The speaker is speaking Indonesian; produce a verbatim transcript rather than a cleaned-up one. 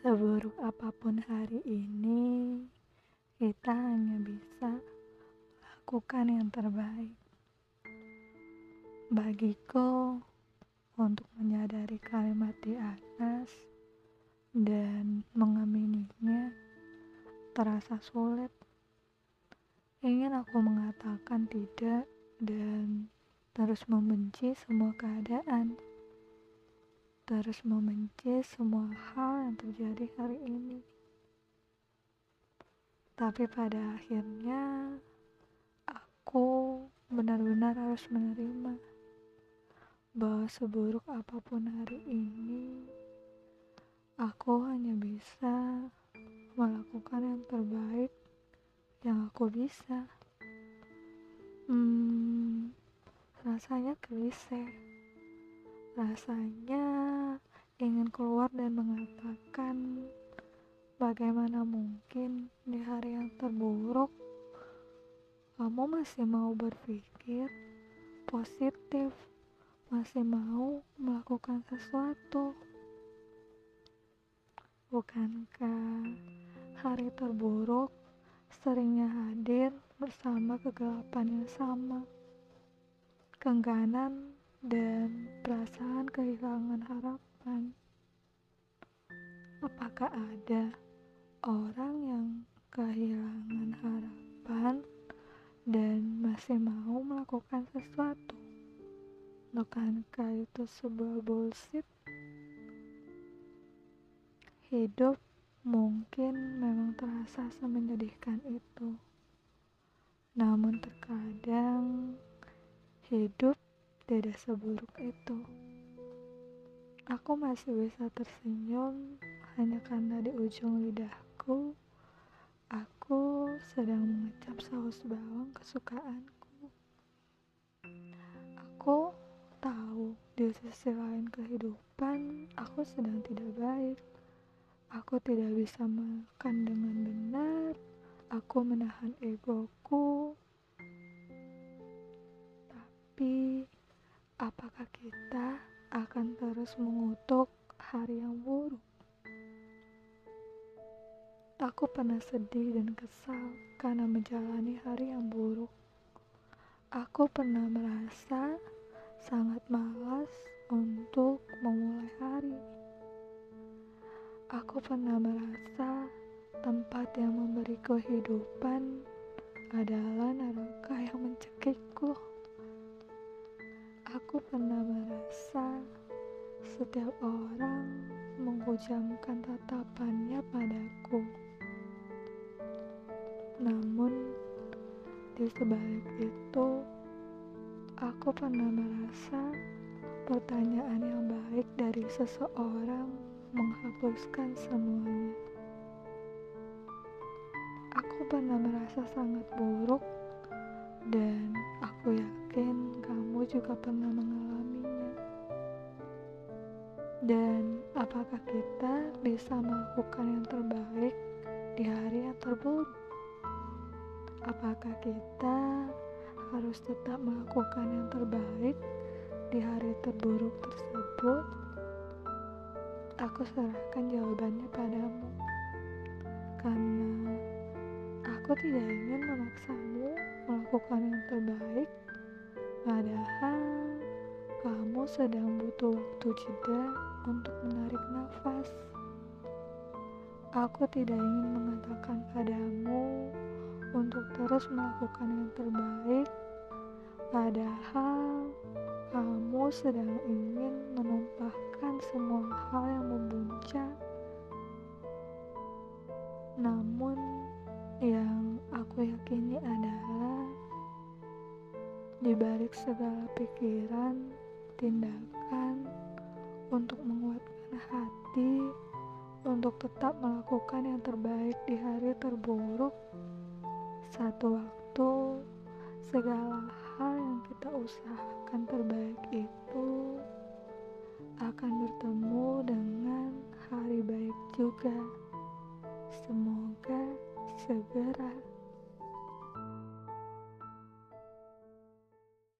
Seburuk apapun hari ini, kita hanya bisa lakukan yang terbaik. Bagiku, untuk menyadari kalimat di atas dan mengamininya terasa sulit. Ingin aku mengatakan tidak dan terus membenci semua keadaan. Terus membenci semua hal yang terjadi hari ini. Tapi pada akhirnya, aku benar-benar harus menerima bahwa seburuk apapun hari ini, aku hanya bisa melakukan yang terbaik yang aku bisa. Hmm, rasanya klise. Rasanya ingin keluar dan mengatakan bagaimana mungkin di hari yang terburuk kamu masih mau berpikir positif, masih mau melakukan sesuatu. Bukankah hari terburuk seringnya hadir bersama kegelapan yang sama, keengganan dan perasaan kehilangan harapan? Apakah ada orang yang kehilangan harapan dan masih mau melakukan sesuatu? Bukankah itu sebuah bullshit? Hidup mungkin memang terasa semenyedihkan itu. Namun terkadang hidup tidak seburuk itu. Aku masih bisa tersenyum hanya karena di ujung lidahku aku sedang mengecap saus bawang kesukaanku. Aku tahu di sisi lain kehidupan aku sedang tidak baik. Aku tidak bisa makan dengan benar. Aku menahan egoku. Tapi apakah kita akan terus mengutuk hari yang buruk? Aku pernah sedih dan kesal karena menjalani hari yang buruk. Aku pernah merasa sangat malas untuk memulai hari. Aku pernah merasa tempat yang memberi kehidupan adalah neraka yang mencekikku. Aku pernah merasa setiap orang menghujamkan tatapannya padaku. Namun, di sebalik itu, aku pernah merasa pertanyaan yang baik dari seseorang menghapuskan semuanya. Aku pernah merasa sangat buruk dan aku yakin kamu juga pernah mengalaminya. Dan apakah kita bisa melakukan yang terbaik di hari yang terburuk? Apakah kita harus tetap melakukan yang terbaik di hari terburuk tersebut? Aku serahkan jawabannya padamu, karena aku tidak ingin memaksamu melakukan yang terbaik, padahal kamu sedang butuh waktu jeda untuk menarik nafas. Aku tidak ingin mengatakan padamu untuk terus melakukan yang terbaik, padahal kamu sedang ingin menumpahkan semua hal yang membuncah. Namun, yang aku yakini adalah di balik segala pikiran, tindakan untuk menguatkan hati, untuk tetap melakukan yang terbaik di hari terburuk, satu waktu segala hal yang kita usahakan terbaik